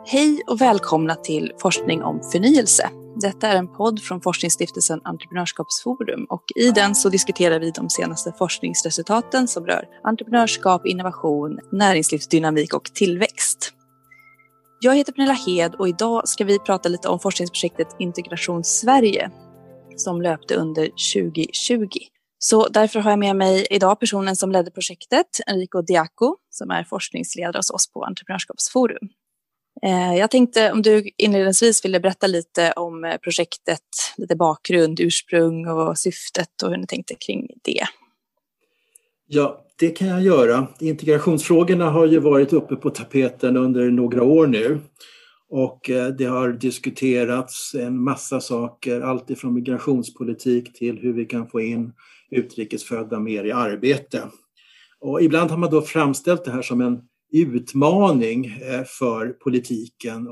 Hej och välkomna till Forskning om förnyelse. Detta är en podd från Forskningsstiftelsen Entreprenörskapsforum och i den så diskuterar vi de senaste forskningsresultaten som rör entreprenörskap, innovation, näringslivsdynamik och tillväxt. Jag heter Pernilla Hed och idag ska vi prata lite om forskningsprojektet Integration Sverige som löpte under 2020. Så därför har jag med mig idag personen som ledde projektet, Enrico Diaco, som är forskningsledare hos oss på Entreprenörskapsforum. Jag tänkte om du inledningsvis ville berätta lite om projektet, lite bakgrund, ursprung och syftet och hur ni tänkte kring det. Ja, det kan jag göra. Integrationsfrågorna har ju varit uppe på tapeten under några år nu och det har diskuterats en massa saker, allt ifrån migrationspolitik till hur vi kan få in utrikesfödda mer i arbete. Och ibland har man då framställt det här som en utmaning för politiken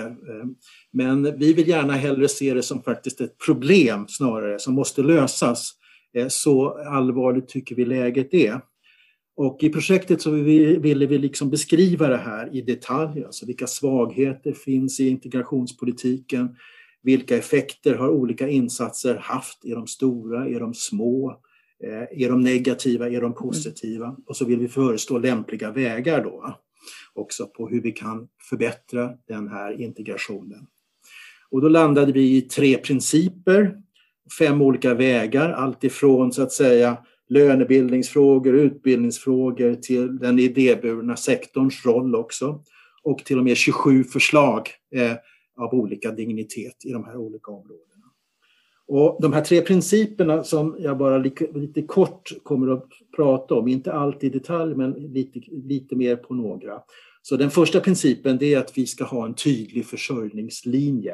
men vi vill gärna hellre se det som faktiskt ett problem snarare som måste lösas. Så allvarligt tycker vi läget är. Och i projektet så ville vi liksom beskriva det här i detalj, alltså vilka svagheter finns i integrationspolitiken, vilka effekter har olika insatser haft, är de stora, är de små? Är de negativa, är de positiva? Och så vill vi föreslå lämpliga vägar då också på hur vi kan förbättra den här integrationen. Och då landade vi i 3 principer, 5 olika vägar, allt ifrån så att säga lönebildningsfrågor, utbildningsfrågor till den idéburna sektorns roll också. Och till och med 27 förslag av olika dignitet i de här olika områdena. Och de här 3 principerna som jag bara lite kort kommer att prata om, inte allt i detalj men lite mer på några. Så den första principen det är att vi ska ha en tydlig försörjningslinje.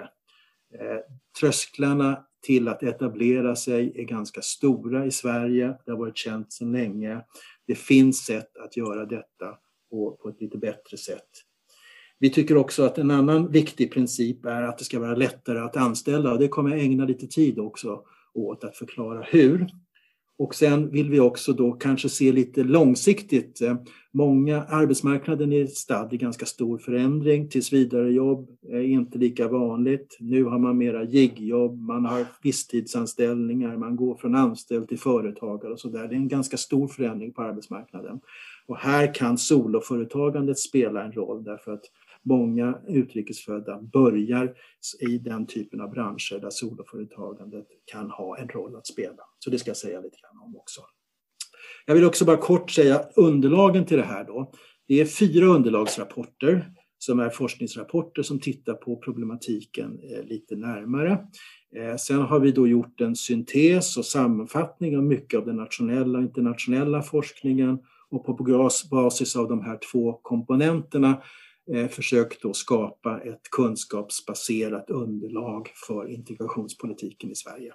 Trösklarna till att etablera sig är ganska stora i Sverige, det har varit känt sedan länge. Det finns sätt att göra detta på ett lite bättre sätt. Vi tycker också att en annan viktig princip är att det ska vara lättare att anställa och det kommer jag ägna lite tid också åt att förklara hur. Och sen vill vi också då kanske se lite långsiktigt. Arbetsmarknaden är stadd i ganska stor förändring. Tillsvidarejobb är inte lika vanligt. Nu har man mera gigjobb, man har visstidsanställningar, man går från anställd till företagare och sådär. Det är en ganska stor förändring på arbetsmarknaden. Och här kan soloföretagandet spela en roll därför att många utrikesfödda börjar i den typen av branscher där soloföretagandet kan ha en roll att spela. Så det ska jag säga lite grann om också. Jag vill också bara kort säga underlagen till det här då. Det är 4 underlagsrapporter som är forskningsrapporter som tittar på problematiken lite närmare. Sen har vi då gjort en syntes och sammanfattning av mycket av den nationella och internationella forskningen och på basis av de här 2 komponenterna försökt då skapa ett kunskapsbaserat underlag för integrationspolitiken i Sverige.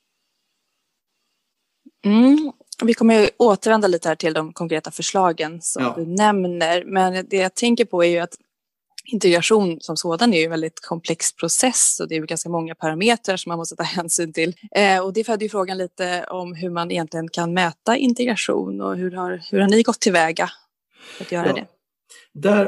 Vi kommer ju återvända lite här till de konkreta förslagen som du nämner. Men det jag tänker på är ju att integration som sådan är ju en väldigt komplex process och det är ju ganska många parametrar som man måste ta hänsyn till. Och det föder ju frågan lite om hur man egentligen kan mäta integration och hur har ni gått tillväga för att göra det? Där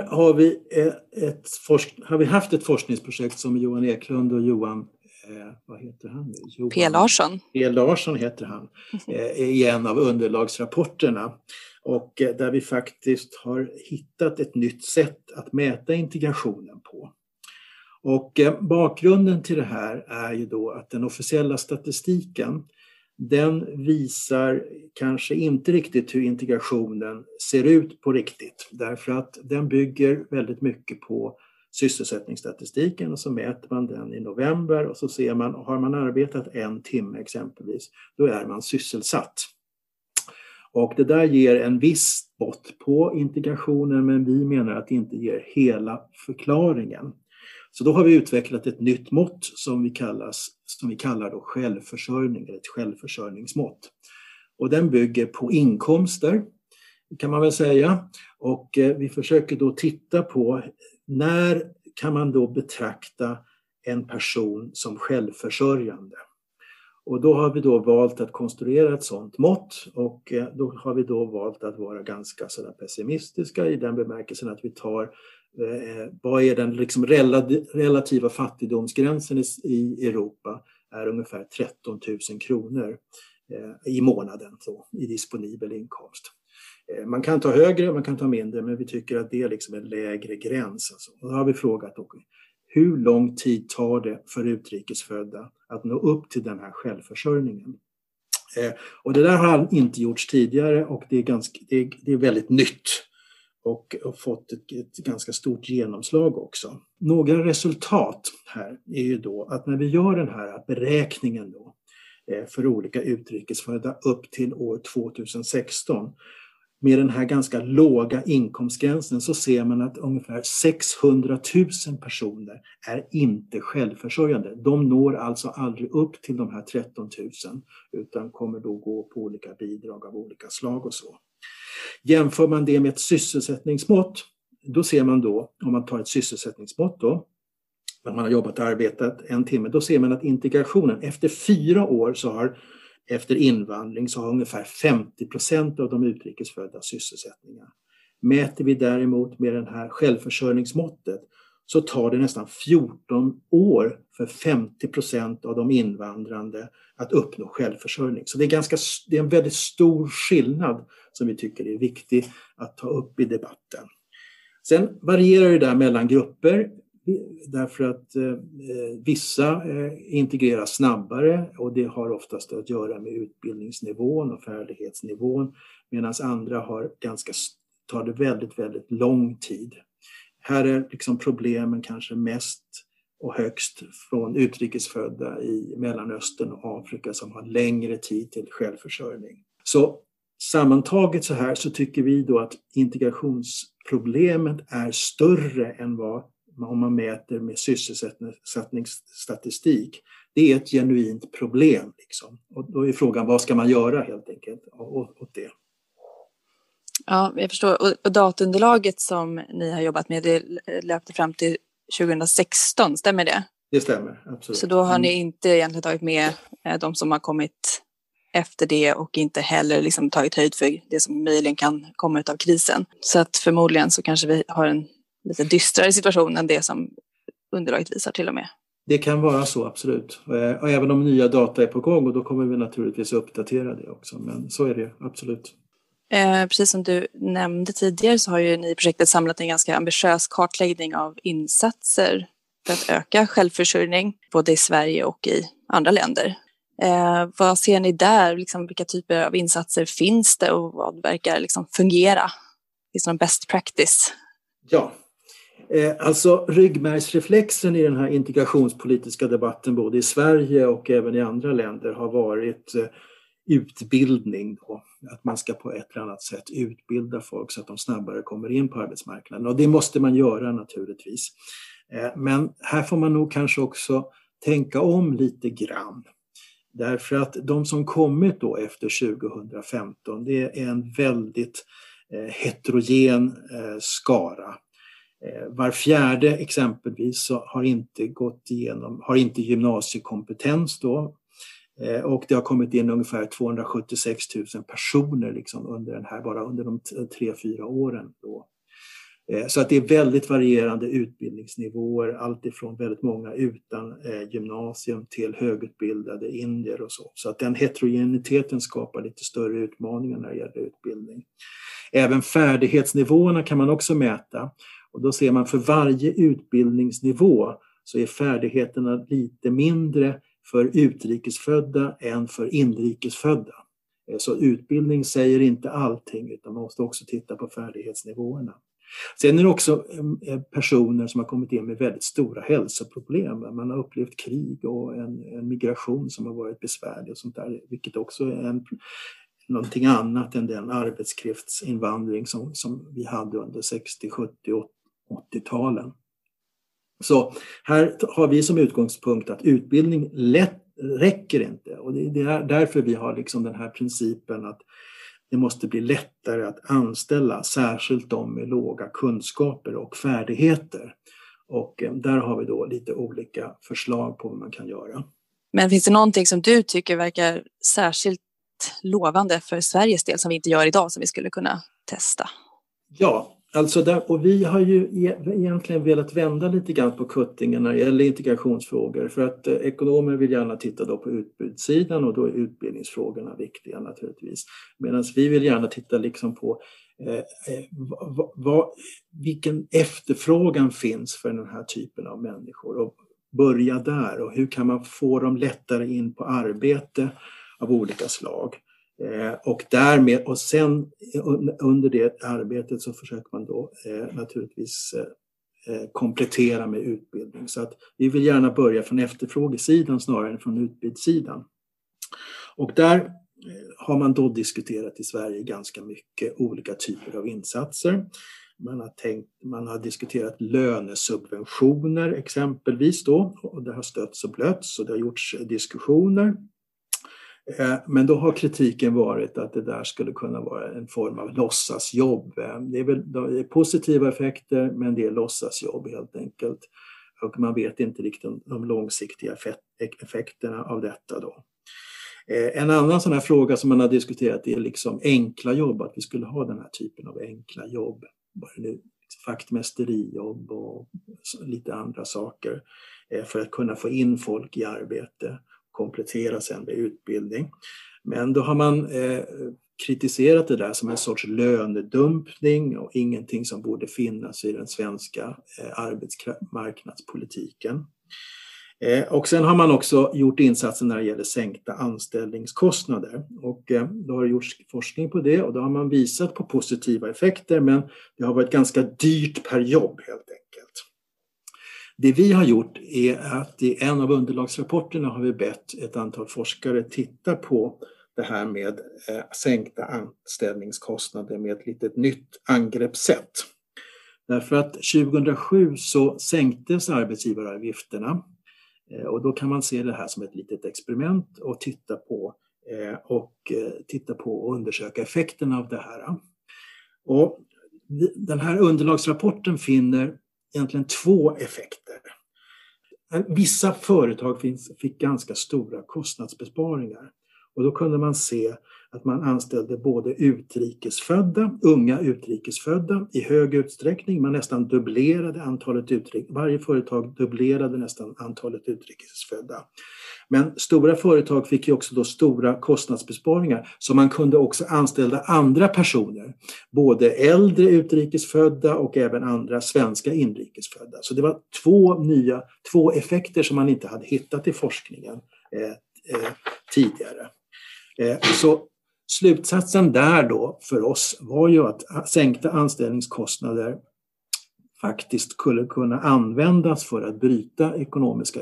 har vi haft ett forskningsprojekt som Johan Eklund och Johan, vad heter han nu? P. Larsson. P. Larsson heter han, i en av underlagsrapporterna. Och där vi faktiskt har hittat ett nytt sätt att mäta integrationen på. Och bakgrunden till det här är ju då att den officiella statistiken den visar kanske inte riktigt hur integrationen ser ut på riktigt. Därför att den bygger väldigt mycket på sysselsättningsstatistiken och så mäter man den i november och så ser man, har man arbetat 1 timme exempelvis, då är man sysselsatt. Och det där ger en viss spot på integrationen men vi menar att det inte ger hela förklaringen. Så då har vi utvecklat ett nytt mått som vi kallar då självförsörjning eller ett självförsörjningsmått. Och den bygger på inkomster kan man väl säga. Och vi försöker då titta på när kan man då betrakta en person som självförsörjande. Och då har vi då valt att konstruera ett sådant mått, och då har vi då valt att vara ganska sådär pessimistiska i den bemärkelsen att vi tar vad är den liksom relativa fattigdomsgränsen i Europa är ungefär 13 000 kronor i månaden så, i disponibel inkomst. Man kan ta högre, man kan ta mindre, men vi tycker att det är liksom en lägre gräns. Alltså. Och då har vi frågat hur lång tid tar det för utrikesfödda att nå upp till den här självförsörjningen? Och det där har inte gjorts tidigare, och det är väldigt nytt och fått ett ganska stort genomslag också. Några resultat här är ju då att när vi gör den här beräkningen då för olika utrikesfödda upp till år 2016 med den här ganska låga inkomstgränsen, så ser man att ungefär 600 000 personer är inte självförsörjande. De når alltså aldrig upp till de här 13 000 utan kommer då gå på olika bidrag av olika slag och så. Jämför man det med ett sysselsättningsmått, då ser man då, om man tar ett sysselsättningsmått då, när man har jobbat och arbetat en timme, då ser man att integrationen efter 4 år efter invandring så har ungefär 50% av de utrikesfödda sysselsättningar. Mäter vi däremot med det här självförsörjningsmåttet så tar det nästan 14 år för 50% av de invandrande att uppnå självförsörjning. Så det är en väldigt stor skillnad som vi tycker är viktig att ta upp i debatten. Sen varierar det där mellan grupper. Därför att vissa integreras snabbare, och det har oftast att göra med utbildningsnivån och färdighetsnivån, medan andra tar det väldigt, väldigt lång tid. Här är liksom problemen kanske mest och högst från utrikesfödda i Mellanöstern och Afrika som har längre tid till självförsörjning. Så sammantaget så här så tycker vi då att integrationsproblemet är större än vad om man mäter med sysselsättningsstatistik. Det är ett genuint problem. Liksom. Och då är frågan, vad ska man göra helt enkelt åt det? Ja, jag förstår. Och datunderlaget som ni har jobbat med, det löpte fram till 2016, stämmer det? Det stämmer, absolut. Så då har ni inte egentligen tagit med de som har kommit efter det, och inte heller liksom tagit höjd för det som möjligen kan komma ut av krisen. Så att förmodligen så kanske vi har en lite dystrare situation än det som underlaget visar till och med. Det kan vara så, absolut. Och även om nya data är på gång, och då kommer vi naturligtvis uppdatera det också. Men så är det, absolut. Precis som du nämnde tidigare så har ju ni i projektet samlat en ganska ambitiös kartläggning av insatser för att öka självförsörjning, både i Sverige och i andra länder. Vad ser ni där? Liksom, vilka typer av insatser finns det och vad verkar liksom fungera? Finns det någon best practice? Ja, alltså ryggmärgsreflexen i den här integrationspolitiska debatten både i Sverige och även i andra länder har varit utbildning då. Att man ska på ett eller annat sätt utbilda folk så att de snabbare kommer in på arbetsmarknaden. Och det måste man göra naturligtvis. Men här får man nog kanske också tänka om lite grann. Därför att de som kommit då efter 2015, det är en väldigt heterogen skara. Var fjärde exempelvis har inte gymnasiekompetens då. Och det har kommit in ungefär 276 000 personer liksom bara under de 3-4 åren då. Så att det är väldigt varierande utbildningsnivåer, allt ifrån väldigt många utan gymnasium till högutbildade indier och så. Så att den heterogeniteten skapar lite större utmaningar när det gäller utbildning. Även färdighetsnivåerna kan man också mäta, och då ser man för varje utbildningsnivå så är färdigheterna lite mindre för utrikesfödda än för inrikesfödda. Så utbildning säger inte allting, utan man måste också titta på färdighetsnivåerna. Sen är det också personer som har kommit in med väldigt stora hälsoproblem. Man har upplevt krig och en migration som har varit besvärlig och sånt där, vilket också är någonting annat än den arbetskraftsinvandring som vi hade under 60, 70 och 80-talen. Så här har vi som utgångspunkt att utbildning räcker inte, och det är därför vi har liksom den här principen att det måste bli lättare att anställa, särskilt de med låga kunskaper och färdigheter. Och där har vi då lite olika förslag på vad man kan göra. Men finns det någonting som du tycker verkar särskilt lovande för Sveriges del som vi inte gör idag som vi skulle kunna testa? Ja, alltså och vi har ju egentligen velat vända lite grann på kuttingen när det gäller integrationsfrågor, för att ekonomer vill gärna titta då på utbudssidan och då är utbildningsfrågorna viktiga naturligtvis. Medan vi vill gärna titta liksom på vilken efterfrågan finns för den här typen av människor och börja där, och hur kan man få dem lättare in på arbete av olika slag. Och därmed, och sen under det arbetet så försöker man då naturligtvis komplettera med utbildning. Så att vi vill gärna börja från efterfrågesidan snarare än från utbudssidan. Och där har man då diskuterat i Sverige ganska mycket olika typer av insatser. Man har diskuterat lönesubventioner exempelvis då, och det har stötts och blötts och det har gjorts diskussioner. Men då har kritiken varit att det där skulle kunna vara en form av låtsasjobb. Det är positiva effekter, men det är låtsasjobb helt enkelt. Och man vet inte riktigt de långsiktiga effekterna av detta då. En annan sån här fråga som man har diskuterat är liksom enkla jobb, att vi skulle ha den här typen av enkla jobb. Vaktmästerijobb och lite andra saker för att kunna få in folk i arbete, komplettera sen med utbildning. Men då har man kritiserat det där som en sorts lönedumpning och ingenting som borde finnas i den svenska arbetsmarknadspolitiken. Och sen har man också gjort insatser när det gäller sänkta anställningskostnader. Och då har det gjorts forskning på det och då har man visat på positiva effekter, men det har varit ganska dyrt per jobb helt enkelt. Det vi har gjort är att i en av underlagsrapporterna har vi bett ett antal forskare titta på det här med sänkta anställningskostnader med ett litet nytt angreppssätt. Därför att 2007 så sänktes arbetsgivaravgifterna. Och då kan man se det här som ett litet experiment och titta på och undersöka effekterna av det här. Och den här underlagsrapporten finner egentligen två effekter. Vissa företag fick ganska stora kostnadsbesparingar. Och då kunde man se att man anställde både unga utrikesfödda i hög utsträckning. Man nästan dubblerade antalet varje företag dubblerade nästan antalet utrikesfödda. Men stora företag fick ju också då stora kostnadsbesparingar, så man kunde också anställa andra personer. Både äldre utrikesfödda och även andra svenska inrikesfödda. Så det var två effekter som man inte hade hittat i forskningen tidigare. Så slutsatsen där då för oss var ju att sänkta anställningskostnader faktiskt skulle kunna användas för att bryta ekonomiska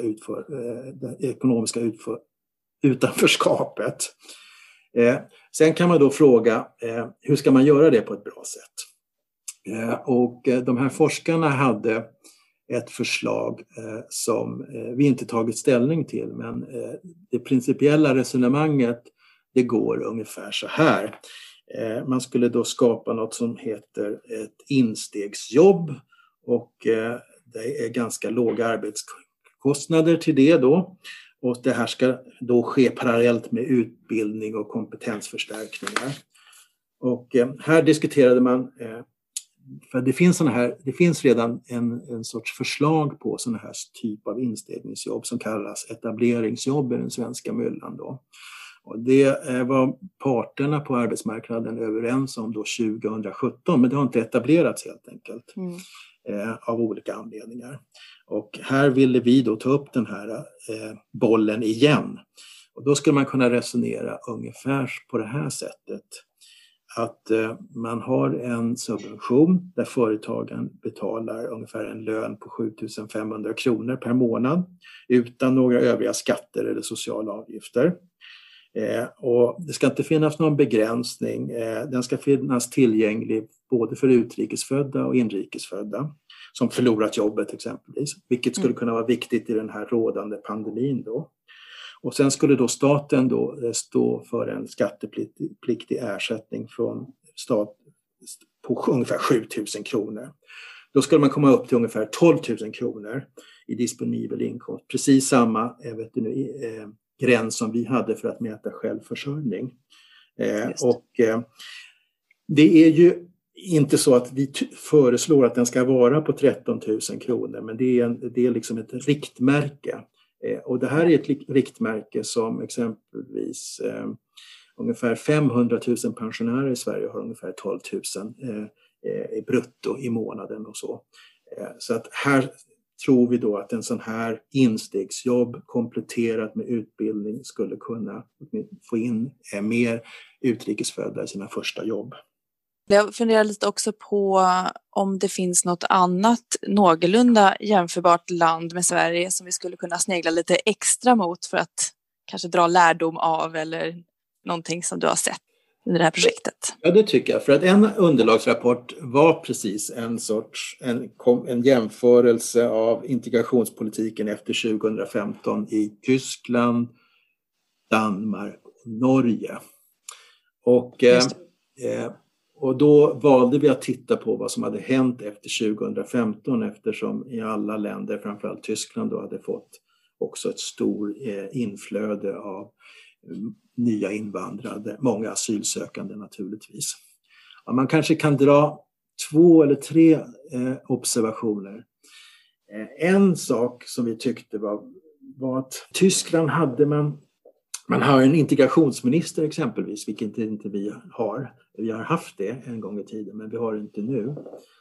utanförskapet. Sen kan man då fråga, hur ska man göra det på ett bra sätt? Och de här forskarna hade ett förslag som vi inte tagit ställning till, men det principiella resonemanget det går ungefär så här. Man skulle då skapa något som heter ett instegsjobb och det är ganska låga arbetskostnader till det då. Och det här ska då ske parallellt med utbildning och kompetensförstärkningar. Och här diskuterade man, för det finns redan en sorts förslag på sådana här typ av instegningsjobb som kallas etableringsjobb i den svenska myllan då. Och det var parterna på arbetsmarknaden överens om då 2017, men det har inte etablerats helt enkelt av olika anledningar. Och här ville vi då ta upp den här bollen igen. Och då skulle man kunna resonera ungefär på det här sättet. Att man har en subvention där företagen betalar ungefär en lön på 7 500 kronor per månad utan några övriga skatter eller sociala avgifter. Och det ska inte finnas någon begränsning. Den ska finnas tillgänglig både för utrikesfödda och inrikesfödda som förlorat jobbet exempelvis, vilket skulle kunna vara viktigt i den här rådande pandemin då. Och sen skulle då staten då stå för en skattepliktig ersättning från stat på ungefär 7 000 kronor. Då skulle man komma upp till ungefär 12 000 kronor i disponibel inkomst. Precis samma gräns som vi hade för att mäta självförsörjning. Det är ju inte så att vi föreslår att den ska vara på 13 000 kronor, men det är liksom ett riktmärke. Och det här är ett riktmärke som exempelvis ungefär 500 000 pensionärer i Sverige har ungefär 12 000 brutto i månaden och så. Så att här tror vi då att en sån här instegsjobb kompletterat med utbildning skulle kunna få in mer utrikesfödda i sina första jobb. Jag funderar lite också på om det finns något annat någorlunda jämförbart land med Sverige som vi skulle kunna snegla lite extra mot för att kanske dra lärdom av, eller någonting som du har sett under det här projektet. Ja, det tycker jag. För att en underlagsrapport var precis en jämförelse av integrationspolitiken efter 2015 i Tyskland, Danmark och Norge. Och då valde vi att titta på vad som hade hänt efter 2015, eftersom i alla länder, framförallt Tyskland, då hade fått också ett stort inflöde av nya invandrare, många asylsökande naturligtvis. Ja, man kanske kan dra 2 eller 3 observationer. En sak som vi tyckte var att Tyskland hade man har en integrationsminister exempelvis, vilket inte vi har. Vi har haft det en gång i tiden, men vi har det inte nu.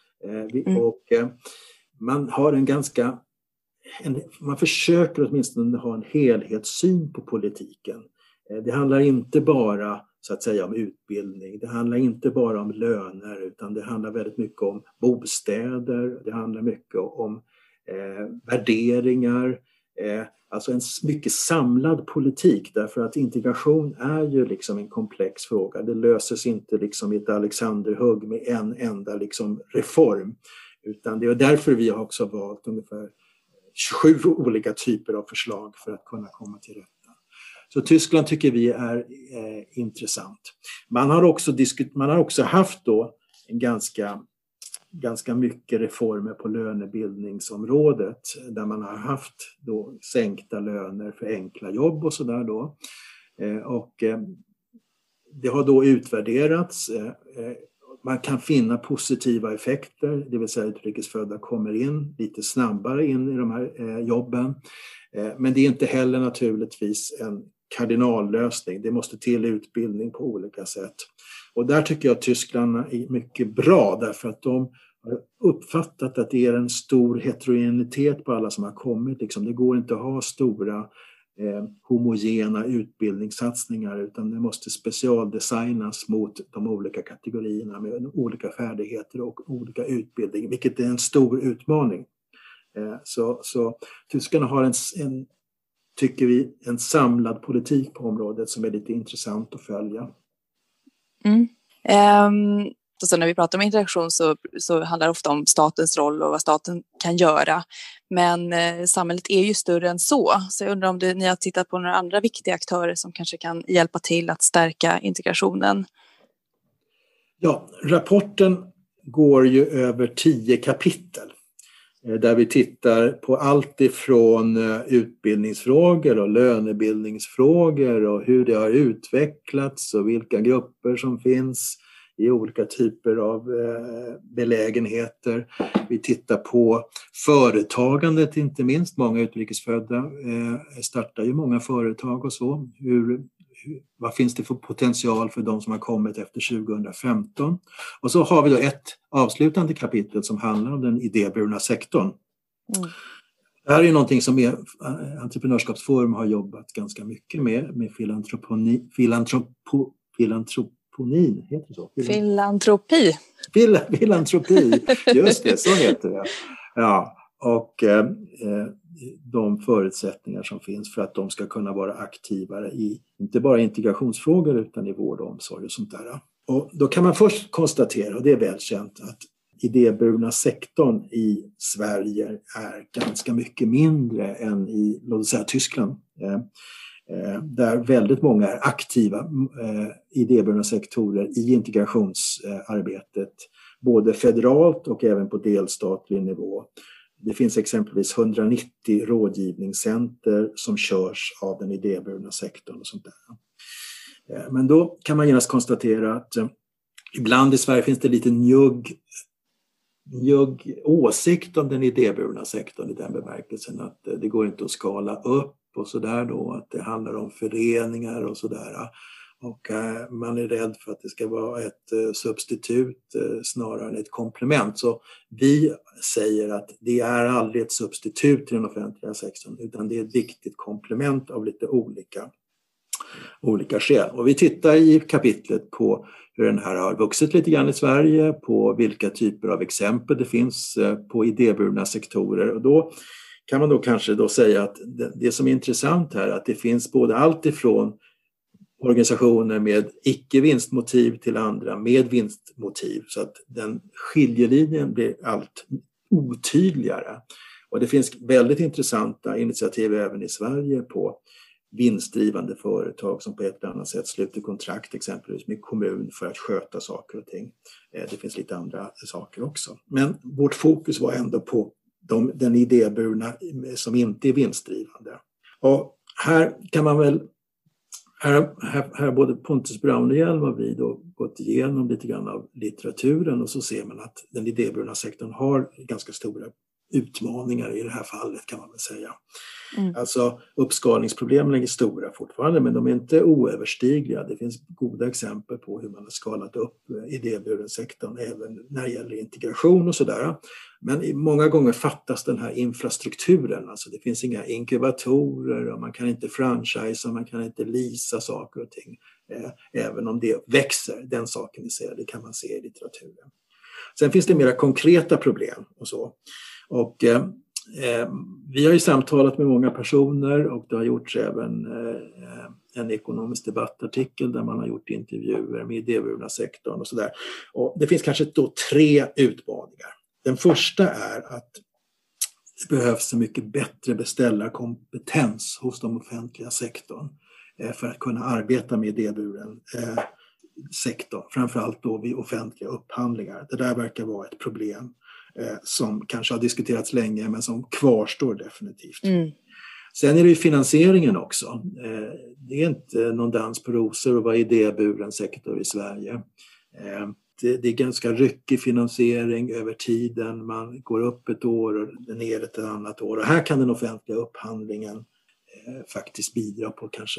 Man har man försöker åtminstone ha en helhetssyn på politiken. Det handlar inte bara så att säga om utbildning, det handlar inte bara om löner, utan det handlar väldigt mycket om bostäder, det handlar mycket om värderingar, alltså en mycket samlad politik, därför att integration är ju liksom en komplex fråga. Det löses inte liksom i ett Alexanderhugg med en enda liksom reform, utan det är därför vi har också valt ungefär 27 olika typer av förslag för att kunna komma till rätta. Så Tyskland tycker vi är intressant. Man har också haft då en ganska mycket reformer på lönebildningsområdet, där man har haft då sänkta löner för enkla jobb och sådär då. Det har då utvärderats. Man kan finna positiva effekter, det vill säga utrikesfödda kommer in lite snabbare in i de här jobben. Men det är inte heller naturligtvis en kardinallösning. Det måste till utbildning på olika sätt. Och där tycker jag att Tyskland är mycket bra, därför att de har uppfattat att det är en stor heterogenitet på alla som har kommit. Det går inte att ha stora homogena utbildningssatsningar, utan det måste specialdesignas mot de olika kategorierna med olika färdigheter och olika utbildning, vilket är en stor utmaning. Så tyskarna har tycker vi, en samlad politik på området som är lite intressant att följa. Så när vi pratar om interaktion så handlar det ofta om statens roll och vad staten kan göra. Men samhället är ju större än så. Så jag undrar om ni har tittat på några andra viktiga aktörer som kanske kan hjälpa till att stärka integrationen. Ja, rapporten går ju över 10 kapitel. Där vi tittar på allt ifrån utbildningsfrågor och lönebildningsfrågor och hur det har utvecklats och vilka grupper som finns i olika typer av belägenheter. Vi tittar på företagandet, inte minst. Många utrikesfödda startar ju många företag och så. Vad finns det för potential för de som har kommit efter 2015? Och så har vi då ett avslutande kapitel som handlar om den idéburna sektorn. Det här är någonting som Entreprenörskapsforum har jobbat ganska mycket med filantroponin, heter det så? Filantropi. Filantropi, just det, så heter det. Ja, och de förutsättningar som finns för att de ska kunna vara aktivare i inte bara integrationsfrågor utan i vård och omsorg och sånt där. Och då kan man först konstatera, och det är välkänt, att idéburna sektorn i Sverige är ganska mycket mindre än i, låt oss säga, Tyskland. Där väldigt många är aktiva idéburna sektorer i integrationsarbetet, både federalt och även på delstatlig nivå. Det finns exempelvis 190 rådgivningscenter som körs av den idéburna sektorn och sånt där. Men då kan man genast konstatera att ibland i Sverige finns det lite njugg åsikt om den idéburna sektorn i den bemärkelsen att det går inte att skala upp och sådär då, att det handlar om föreningar och sådär. Och man är rädd för att det ska vara ett substitut snarare än ett komplement. Så vi säger att det är aldrig ett substitut till den offentliga sektorn, utan det är ett viktigt komplement av lite olika skäl. Och vi tittar i kapitlet på hur den här har vuxit lite grann i Sverige, på vilka typer av exempel det finns på idéburna sektorer. Och då kan man då kanske då säga att det som är intressant här är att det finns både allt ifrån organisationer med icke-vinstmotiv till andra med vinstmotiv, så att den skiljelinjen blir allt otydligare. Och det finns väldigt intressanta initiativ även i Sverige på vinstdrivande företag som på ett eller annat sätt sluter kontrakt exempelvis med kommun för att sköta saker och ting. Det finns lite andra saker också. Men vårt fokus var ändå på den idéburna som inte är vinstdrivande. Och här kan man väl Här både Pontus Braun och Hjelm har vi då gått igenom lite grann av litteraturen, och så ser man att den idéburna sektorn har ganska stora utmaningar i det här fallet, kan man väl säga. Alltså uppskalningsproblemen är stora fortfarande, men de är inte oöverstigliga. Det finns goda exempel på hur man har skalat upp idéburen sektorn även när det gäller integration och sådär. Men många gånger fattas den här infrastrukturen. Alltså det finns inga inkubatorer och man kan inte franchisa, man kan inte leasa saker och ting. Även om det växer, den saken det kan man se i litteraturen. Sen finns det mera konkreta problem och så. Och vi har ju samtalat med många personer, och det har gjorts även en ekonomisk debattartikel där man har gjort intervjuer med idéburna sektorn och sådär. Och det finns kanske då 3 utmaningar. Den första är att det behövs en mycket bättre beställarkompetens hos de offentliga sektorn för att kunna arbeta med idéburen sektor, framförallt då vid offentliga upphandlingar. Det där verkar vara ett problem som kanske har diskuterats länge, men som kvarstår definitivt. Sen är det ju finansieringen också. Det är inte någon dans på rosor att vara idéburen sektor i Sverige. Det är ganska ryckig finansiering över tiden. Man går upp ett år och ner ett annat år. Och här kan den offentliga upphandlingen faktiskt bidra på kanske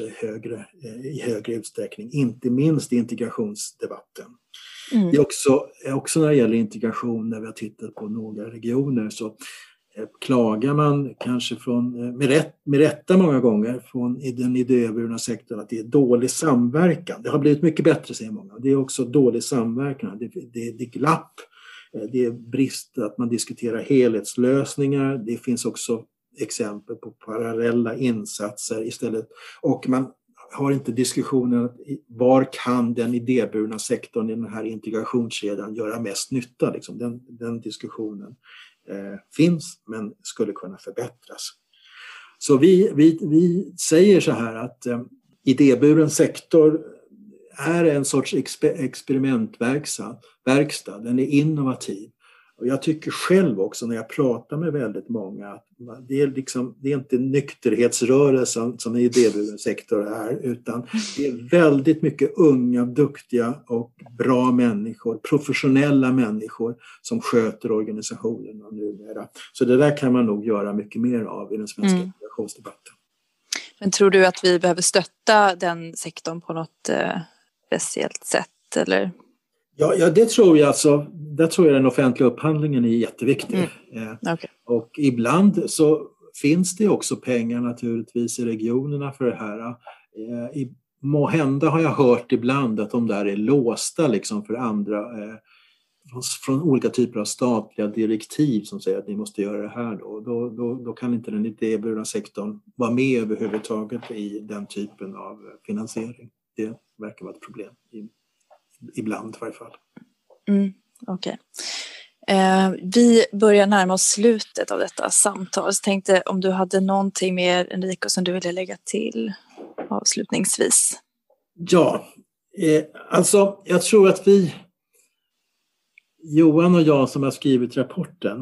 i högre utsträckning. Inte minst i integrationsdebatten. Det är också när det gäller integration, när vi har tittat på några regioner, så klagar man kanske med rätta många gånger från den idéburna sektorn att det är dålig samverkan. Det har blivit mycket bättre, säger många. Det är också dålig samverkan. Det är glapp. Det är brist att man diskuterar helhetslösningar. Det finns också exempel på parallella insatser istället. Och man har inte diskussionen var kan den idéburna sektorn i den här integrationskedjan göra mest nytta. Liksom. Den diskussionen finns, men skulle kunna förbättras. Så vi säger så här att idéburen sektor är en sorts experimentverkstad. Den är innovativ. Och jag tycker själv också när jag pratar med väldigt många att det är inte nykterhetsrörelsen som en idéburen sektor är, utan det är väldigt mycket unga, duktiga och bra människor, professionella människor som sköter organisationen numera. Så det där kan man nog göra mycket mer av i den svenska integrationsdebatten. Men tror du att vi behöver stötta den sektorn på något speciellt sätt, eller? Ja, det tror jag. Alltså, där tror jag den offentliga upphandlingen är jätteviktig. Okay. Och ibland så finns det också pengar naturligtvis i regionerna för det här. Måhända har jag hört ibland att de där är låsta liksom för andra, från olika typer av statliga direktiv som säger att ni måste göra det här. Då kan inte den idéburna sektorn vara med överhuvudtaget i den typen av finansiering. Det verkar vara ett problem. Ibland i varje fall. Okej. Vi börjar närma oss slutet av detta samtal. Så tänkte om du hade någonting mer, Enrico, som du ville lägga till avslutningsvis. Ja, alltså jag tror att Johan och jag som har skrivit rapporten,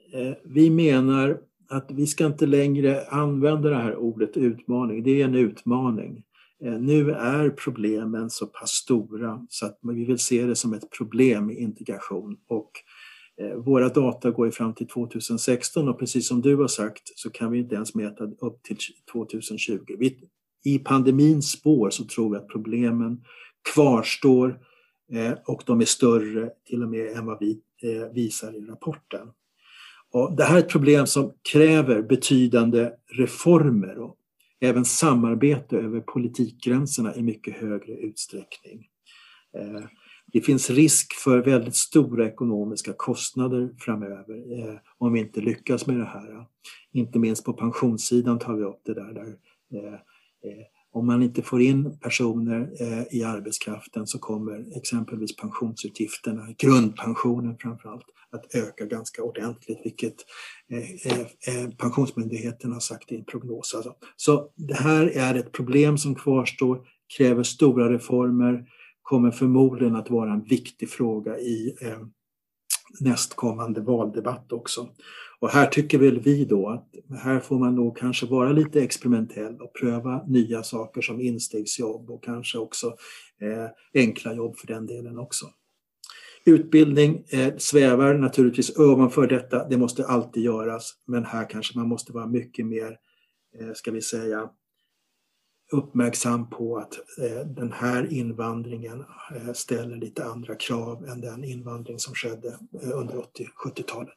Vi menar att vi ska inte längre använda det här ordet utmaning. Det är en utmaning. Nu är problemen så pass stora så att vi vill se det som ett problem i integration. Och våra data går ju fram till 2016 och precis som du har sagt så kan vi inte ens mäta upp till 2020. I pandemins spår så tror vi att problemen kvarstår och de är större till och med än vad vi visar i rapporten. Och det här är ett problem som kräver betydande reformer och även samarbete över politikgränserna i mycket högre utsträckning. Det finns risk för väldigt stora ekonomiska kostnader framöver om vi inte lyckas med det här. Inte minst på pensionssidan tar vi upp det där om man inte får in personer i arbetskraften så kommer exempelvis pensionsutgifterna, grundpensionen framförallt, att öka ganska ordentligt, vilket pensionsmyndigheten har sagt i en prognos. Alltså. Så det här är ett problem som kvarstår, kräver stora reformer, kommer förmodligen att vara en viktig fråga i nästkommande valdebatt också. Och här tycker väl vi då att här får man nog kanske vara lite experimentell och pröva nya saker som instegsjobb och kanske också enkla jobb för den delen också. Utbildning svävar naturligtvis ovanför detta, det måste alltid göras, men här kanske man måste vara mycket mer, ska vi säga, uppmärksam på att den här invandringen ställer lite andra krav än den invandring som skedde under 80-70-talet.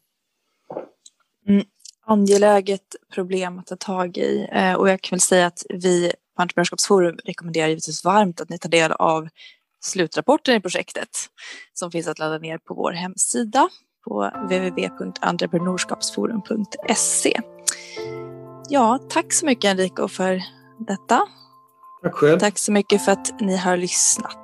Angeläget problem att ta tag i och jag kan väl säga att vi på Entreprenörskapsforum rekommenderar givetvis varmt att ni tar del av slutrapporten i projektet som finns att ladda ner på vår hemsida på www.entreprenörskapsforum.se. Ja, tack så mycket Enrico för detta. Tack själv. Tack så mycket för att ni har lyssnat.